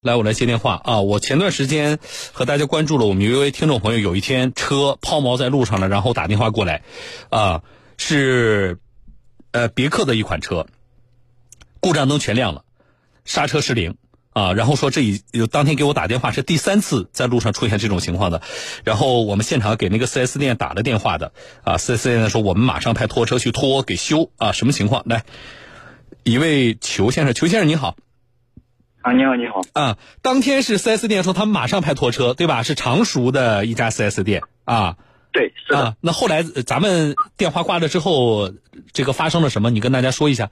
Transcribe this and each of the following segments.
来，我来接电话啊！我前段时间和大家关注了我们有一位听众朋友，有一天车抛锚在路上了，然后打电话过来，是别克的一款车，故障灯全亮了，刹车失灵啊，然后说当天给我打电话是第3次在路上出现这种情况的，然后我们现场给那个 4S 店打了电话的啊，4S 店说我们马上派拖车去拖给修啊，什么情况？来，一位裘先生你好。 啊，你好，你好。 啊，当天是 4S 店说他们马上派拖车，对吧？是常熟的一家 4S 店啊。 对，是的。 啊，那后来咱们电话挂了之后，这个发生了什么？你跟大家说一下。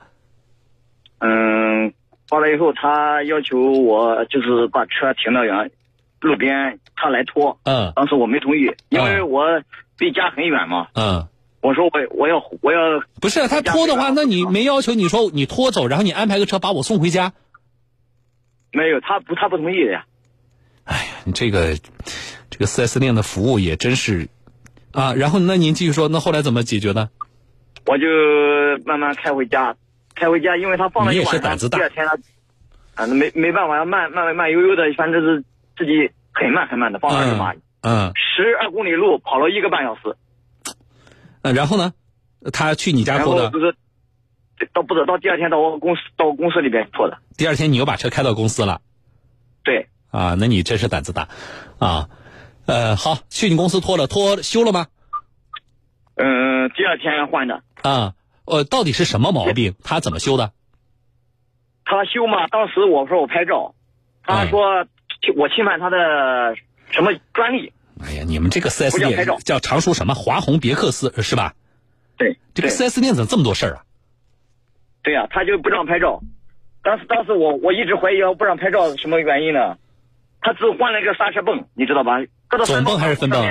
挂了以后，他要求我就是把车停到路边，他来拖。当时我没同意，因为我离家很远嘛。我说我要。 不是他拖的话，那你没要求你说你拖走，然后你安排个车把我送回家？ 没有，他不同意的呀。 哎呀，你这个 4S 店的服务也真是啊。然后那您继续说，那后来怎么解决的？ 我就慢慢开回家，因为他放了一晚上。 你也是胆子大。 第二天他没办法，要慢悠悠的，反正是自己很慢的放20码，12公里路跑了1个半小时。 然后呢？他去你家拖的？ 到第二天到公司里边拖的。 第二天你又把车开到公司了？ 对。 啊，那你真是胆子大啊！好，去你公司拖修了吗？ 第二天换的。 啊，到底是什么毛病？他怎么修的？ 他修嘛，当时我说我拍照，他说我侵犯他的什么专利。 哎呀，你们这个 4S 店叫常熟什么华虹别克是吧？ 对。 这个 4S 店怎么这么多事儿啊？ 对呀，他就不让拍照。当时我一直怀疑不让拍照什么原因呢？他只换了一个刹车泵，你知道吧？ 总泵还是分泵？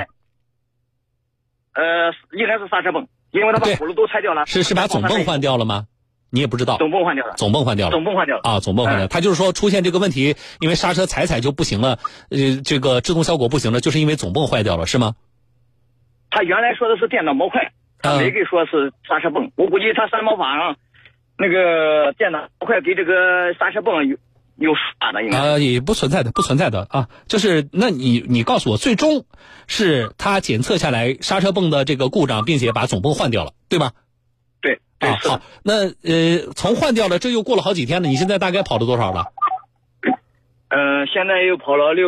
应该是刹车泵，因为他把轱辘都拆掉了。 是把总泵换掉了吗？你也不知道。 总泵换掉了。 总泵换掉了啊！总泵换掉了。他就是说出现这个问题，因为刹车踩就不行了，这个制动效果不行了，就是因为总泵坏掉了，是吗？ 他原来说的是电脑模块，他没给说是刹车泵。我估计他三毛法上那个电脑模块给这个刹车泵有啥的应该也不存在的啊。就是那你告诉我，最终是他检测下来刹车泵的这个故障，并且把总泵换掉了，对吧？ 对。 啊，好，那从换掉了，这又过了好几天了，你现在大概跑了多少了？ 现在又跑了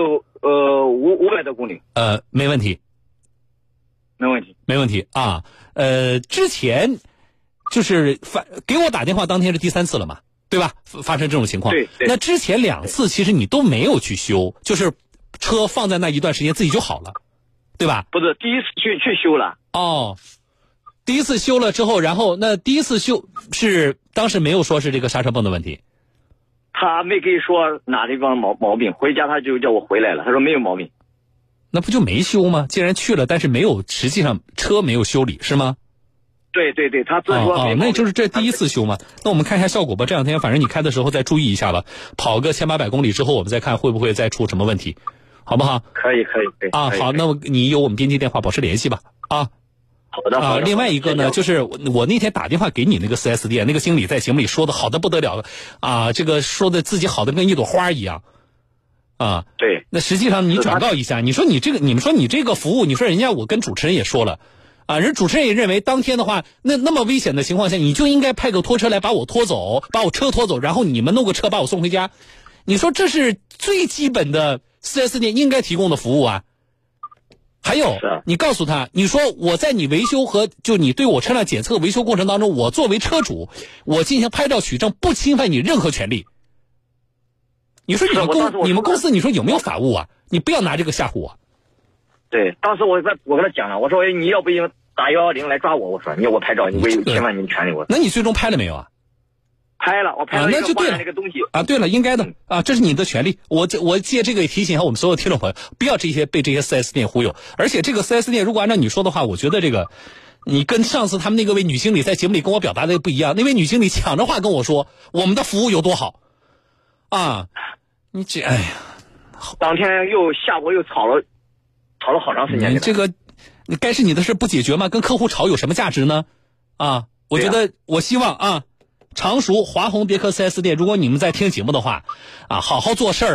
500多公里。 没问题。没问题啊。之前就是给我打电话当天是第3次了嘛，对吧？发生这种情况。 对。 那之前2次其实你都没有去修，就是车放在那一段时间自己就好了，对吧？ 不是，第一次去修了。 哦，第一次修了之后，然后那第一次修是当时没有说是这个刹车泵的问题。 他没给说哪地方毛病，回家他就叫我回来了，他说没有毛病。 那不就没修吗？既然去了，但是实际上车没有修理，是吗？ 对，他自己说那就是这第一次修嘛。那我们看一下效果吧。这2天反正你开的时候再注意一下吧，跑个1800公里之后，我们再看会不会再出什么问题，好不好？ 可以。 啊，好，那你有我们编辑电话保持联系吧。啊。 好的。 另外一个呢，就是我那天打电话给你那个 4S 店，那个经理在节目里说的好的不得了啊，这个说的自己好的跟一朵花一样啊。 对。 那实际上你转告一下，你们说你这个服务，你说人家我跟主持人也说了啊，人主持人也认为当天的话，那么危险的情况下，你就应该派个拖车来把我拖走，把我车拖走，然后你们弄个车把我送回家。你说这是最基本的 4S 店应该提供的服务啊。还有，你告诉他，你说我在你维修和就你对我车辆检测维修过程当中，我作为车主，我进行拍照取证，不侵犯你任何权利。你说你们公司你说有没有法务啊？你不要拿这个吓唬我。 对，当时我跟他讲了，我说你要不打110来抓我，我说你要我拍照，你违侵犯你权利。 那你最终拍了没有啊？ 拍了，我拍了一个换那个东西啊。对了，应该的啊，这是你的权利。我借这个也提醒一下我们所有听众朋友，不要被这些 4S 店忽悠。而且这个 4S 店如果按照你说的话，我觉得这个你跟上次他们那个位女经理在节目里跟我表达的不一样。那位女经理抢着话跟我说我们的服务有多好啊！你这哎呀， 当天下午又吵了好长时间。 你这个该是你的事不解决吗？跟客户吵有什么价值呢？啊，我觉得我希望啊。常熟华虹别克 4S 店，如果你们在听节目的话，啊，好好做事儿，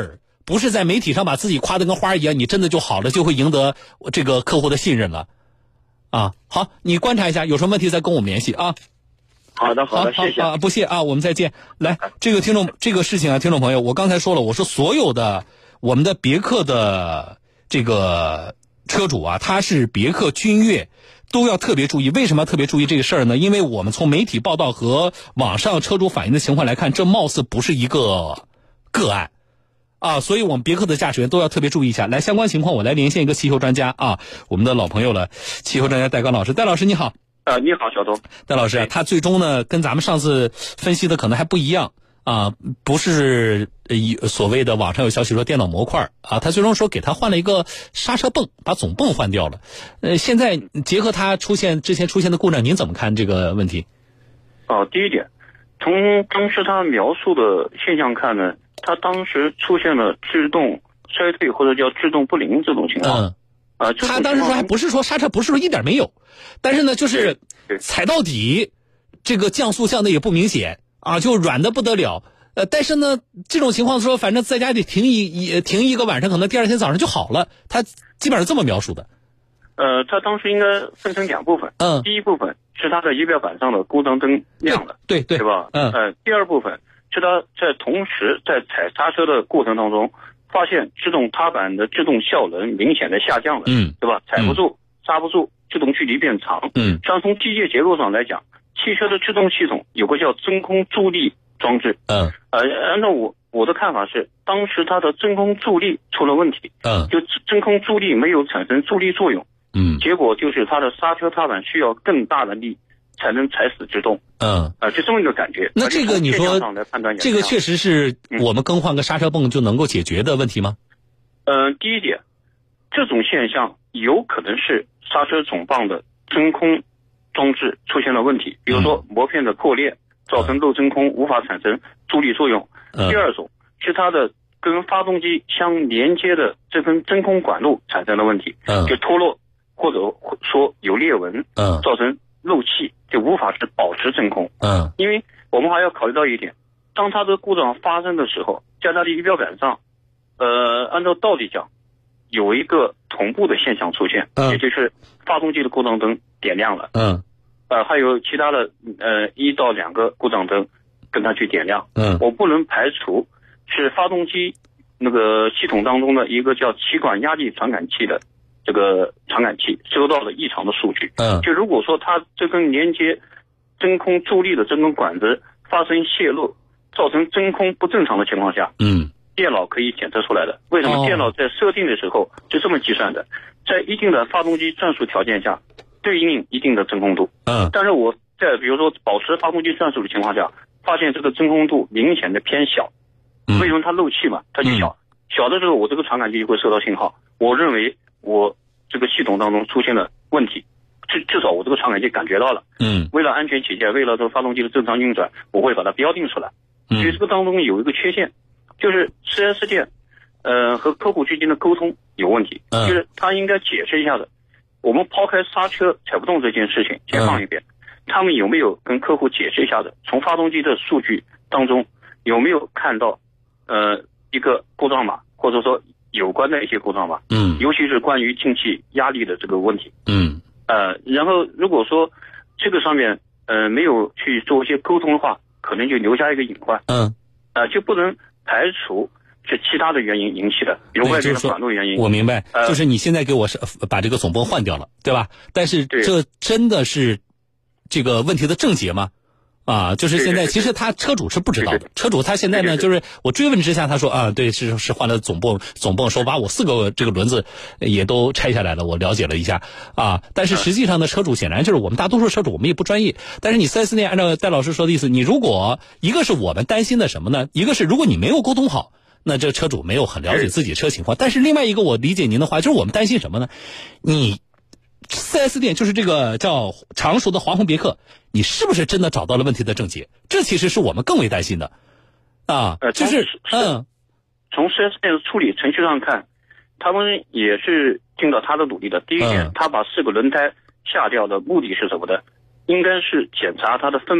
不是在媒体上把自己夸得跟花一样，你真的就好了，就会赢得这个客户的信任了。啊，好，你观察一下，有什么问题再跟我们联系啊。 好的，谢谢啊，不谢啊，我们再见。来，这个事情啊，听众朋友，我刚才说了，我说所有的我们的别克的这个车主啊，他是别克君越，都要特别注意。为什么要特别注意这个事儿呢？因为我们从媒体报道和网上车主反映的情况来看，这貌似不是一个个案啊，所以我们别克的驾驶员都要特别注意一下。来，相关情况我来连线一个汽修专家啊，我们的老朋友了，汽修专家戴刚老师。戴老师你好。 你好，小东。 戴老师，他最终呢跟咱们上次分析的可能还不一样啊，不是所谓的网上有消息说电脑模块啊，他最终说给他换了一个刹车泵，把总泵换掉了。现在结合他之前出现的故障，您怎么看这个问题？ 第一点，从当时他描述的现象看呢，他当时出现了制动衰退或者叫制动不灵这种情况。 他当时说还不是说刹车不是说一点没有，但是呢就是踩到底，这个降速降的也不明显啊，就软的不得了。但是呢这种情况说反正在家里停一个晚上，可能第二天早上就好了，他基本上这么描述的。 他当时应该分成两部分。第一部分是他的仪表板上的故障灯亮了， 对吧？第二部分是他在同时在踩刹车的过程当中，发现制动踏板的制动效能明显的下降了，对吧？踩不住，刹不住，制动距离变长。像从机械结构上来讲，汽车的制动系统有个叫真空助力装置。按照我的看法是，当时它的真空助力出了问题。就真空助力没有产生助力作用。结果就是它的刹车踏板需要更大的力才能踩死制动。就这么一个感觉。 那这个你说这个确实是我们更换个刹车泵就能够解决的问题吗？ 第一点，这种现象有可能是刹车总泵的真空装置出现了问题，比如说膜片的破裂，造成漏真空无法产生助力作用。第二种是它的跟发动机相连接的这根真空管路产生了问题，就脱落或者说有裂纹，造成漏气，就无法保持真空。因为我们还要考虑到一点，当它的故障发生的时候，在它的仪表板上按照道理讲有一个同步的现象出现，也就是发动机的故障灯点亮了，还有其他的1到2个故障灯跟它去点亮。我不能排除是发动机那个系统当中的一个叫气管压力传感器的这个传感器收到了异常的数据。就如果说它这根连接真空助力的真空管子发生泄漏，造成真空不正常的情况下，电脑可以检测出来的。为什么？电脑在设定的时候就这么计算的，在一定的发动机转速条件下对应一定的真空度。但是我在比如说保持发动机转速的情况下，发现这个真空度明显的偏小。为什么？它漏气嘛，它就小的时候我这个传感器会收到信号，我认为我这个系统当中出现了问题，至少我这个传感器感觉到了。为了安全起见，为了这个发动机的正常运转，我会把它标定出来。所以这个当中有一个缺陷，就是 4S 店和客户之间的沟通有问题。就是他应该解释一下的，我们抛开刹车踩不动这件事情先放一边，他们有没有跟客户解释一下的，从发动机的数据当中有没有看到一个故障码，或者说有关的一些故障码，尤其是关于进气压力的这个问题。然后如果说这个上面没有去做一些沟通的话，可能就留下一个隐患。就不能排除是其他的原因引起的，比如外边的管路原因。 我明白，就是你现在给我把这个总泵换掉了，对吧？但是这真的是这个问题的症结吗？就是现在其实他车主是不知道的。车主他现在呢，就是我追问之下，他说对，是换了总泵，说把我4个这个轮子也都拆下来了，我了解了一下但是实际上呢，车主显然就是我们大多数车主我们也不专业。但是你 4S 店按照戴老师说的意思，你如果一个是我们担心的什么呢？一个是如果你没有沟通好，那这车主没有很了解自己车情况。但是另外一个我理解您的话，就是我们担心什么呢？你4S 店就是这个叫常熟的华虹别克，你是不是真的找到了问题的症结？这其实是我们更为担心的就是从 4S 店的处理程序上看，他们也是尽到他的努力的。第一点，他把4个轮胎下掉的目的是什么的？应该是检查它的分泵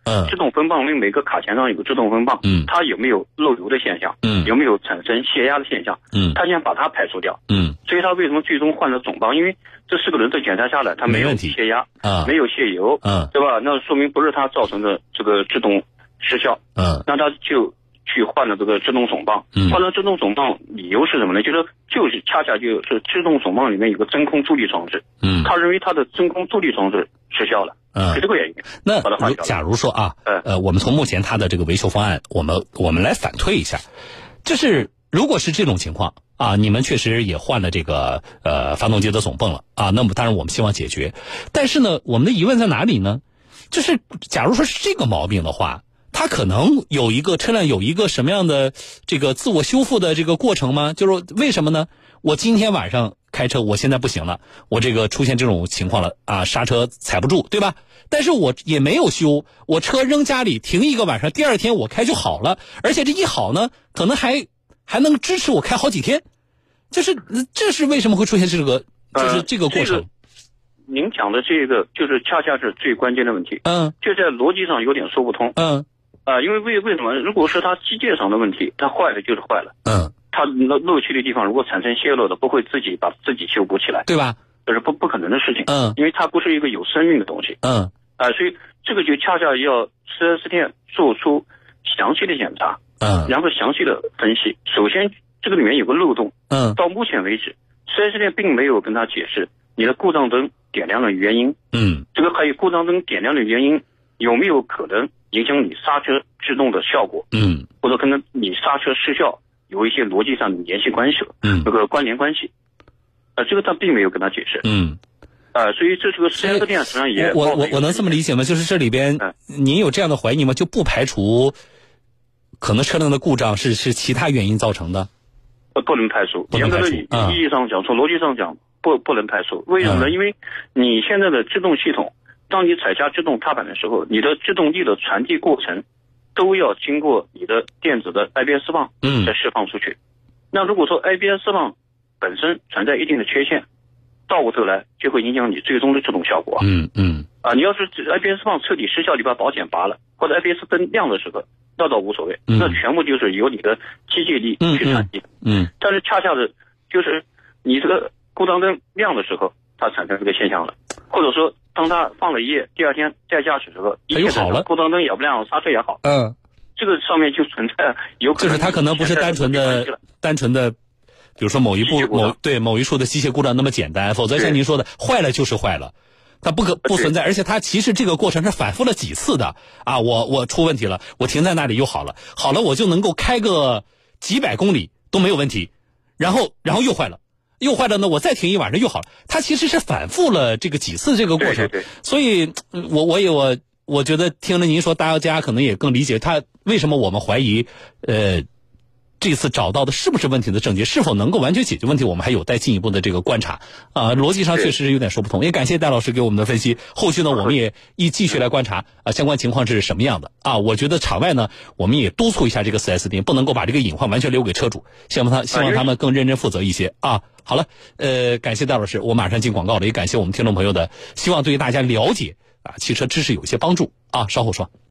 制动风棒因为每个卡钳上有个制动风棒，它有没有漏油的现象，有没有产生泄压的现象，他先把它排除掉，所以他为什么最终换了总棒？因为这4个轮子检查下来，它没有泄压，没有泄油，对吧？那说明不是它造成的这个制动失效，那他就去换了这个制动总棒，换了制动总棒理由是什么呢？就是恰恰就是制动总棒里面有个真空助力装置，他认为他的真空助力装置失效了，是这个原因。 那假如说啊，我们从目前他的这个维修方案，我们来反推一下，就是如果是这种情况啊，你们确实也换了这个发动机的总泵了啊，那么当然我们希望解决，但是呢，我们的疑问在哪里呢？就是假如说是这个毛病的话，它可能车辆有一个什么样的这个自我修复的这个过程吗？就是为什么呢？我今天晚上开车，我现在不行了，我这个出现这种情况了啊，刹车踩不住，对吧？但是我也没有修，我车扔家里停1个晚上，第2天我开就好了，而且这一好呢，可能还能支持我开好几天，这是为什么会出现这个就是这个过程？ 您讲的这个就是恰恰是最关键的问题，就在逻辑上有点说不通，因为为什么？如果是它机械上的问题，它坏了就是坏了，它漏气的地方如果产生泄漏的，不会把自己修补起来， 对吧？ 这是不可能的事情，因为它不是一个有生命的东西，所以这个就恰恰要 4S 店做出详细的检查，然后详细的分析。首先这个里面有个漏洞，到目前为止 4S 店并没有跟他解释你的故障灯点亮的原因，这个还有故障灯点亮的原因有没有可能影响你刹车制动的效果，或者可能你刹车失效有一些逻辑上的联系关系了，这个关联关系，这个他并没有跟他解释，所以这个4S店实际上也我能这么理解吗？就是这里边您有这样的怀疑吗？就不排除可能车辆的故障是其他原因造成的， 不能排除，严格的意义上讲，从逻辑上讲不能排除。为什么呢？因为你现在的制动系统，当你踩下制动踏板的时候，你的制动力的传递过程都要经过你的电子的 ABS 棒再释放出去。那如果说 ABS 棒本身存在一定的缺陷，倒过头来就会影响你最终的制动效果。你要是 ABS 棒彻底失效，你把保险拔了，或者 ABS 灯亮的时候，那倒无所谓，那全部就是由你的机械力去传递。但是恰恰的就是你这个故障灯亮的时候，它产生这个现象了，或者说当它放了一夜，第2天再驾驶的时候，一切好了，故障灯也不亮，刹车也好，这个上面就存在有可能就是它可能不是单纯的，比如说某一处的机械故障那么简单，否则像您说的，坏了就是坏了，它不存在，而且它其实这个过程是反复了几次的啊！我出问题了，我停在那里又好了，我就能够开个几百公里都没有问题，然后又坏了呢，我再停1晚上又好了，它其实是反复了这个几次这个过程，所以我觉得听了您说，大家可能也更理解他为什么我们怀疑这次找到的是不是问题的症结，是否能够完全解决问题，我们还有待进一步的这个观察逻辑上确实是有点说不通，也感谢戴老师给我们的分析，后续呢我们也继续来观察相关情况是什么样的我觉得场外呢我们也督促一下这个 4S 店，不能够把这个隐患完全留给车主，希望他们更认真负责一些好了，感谢戴老师，我马上进广告了，也感谢我们听众朋友的希望，对于大家了解汽车知识有一些帮助稍后说。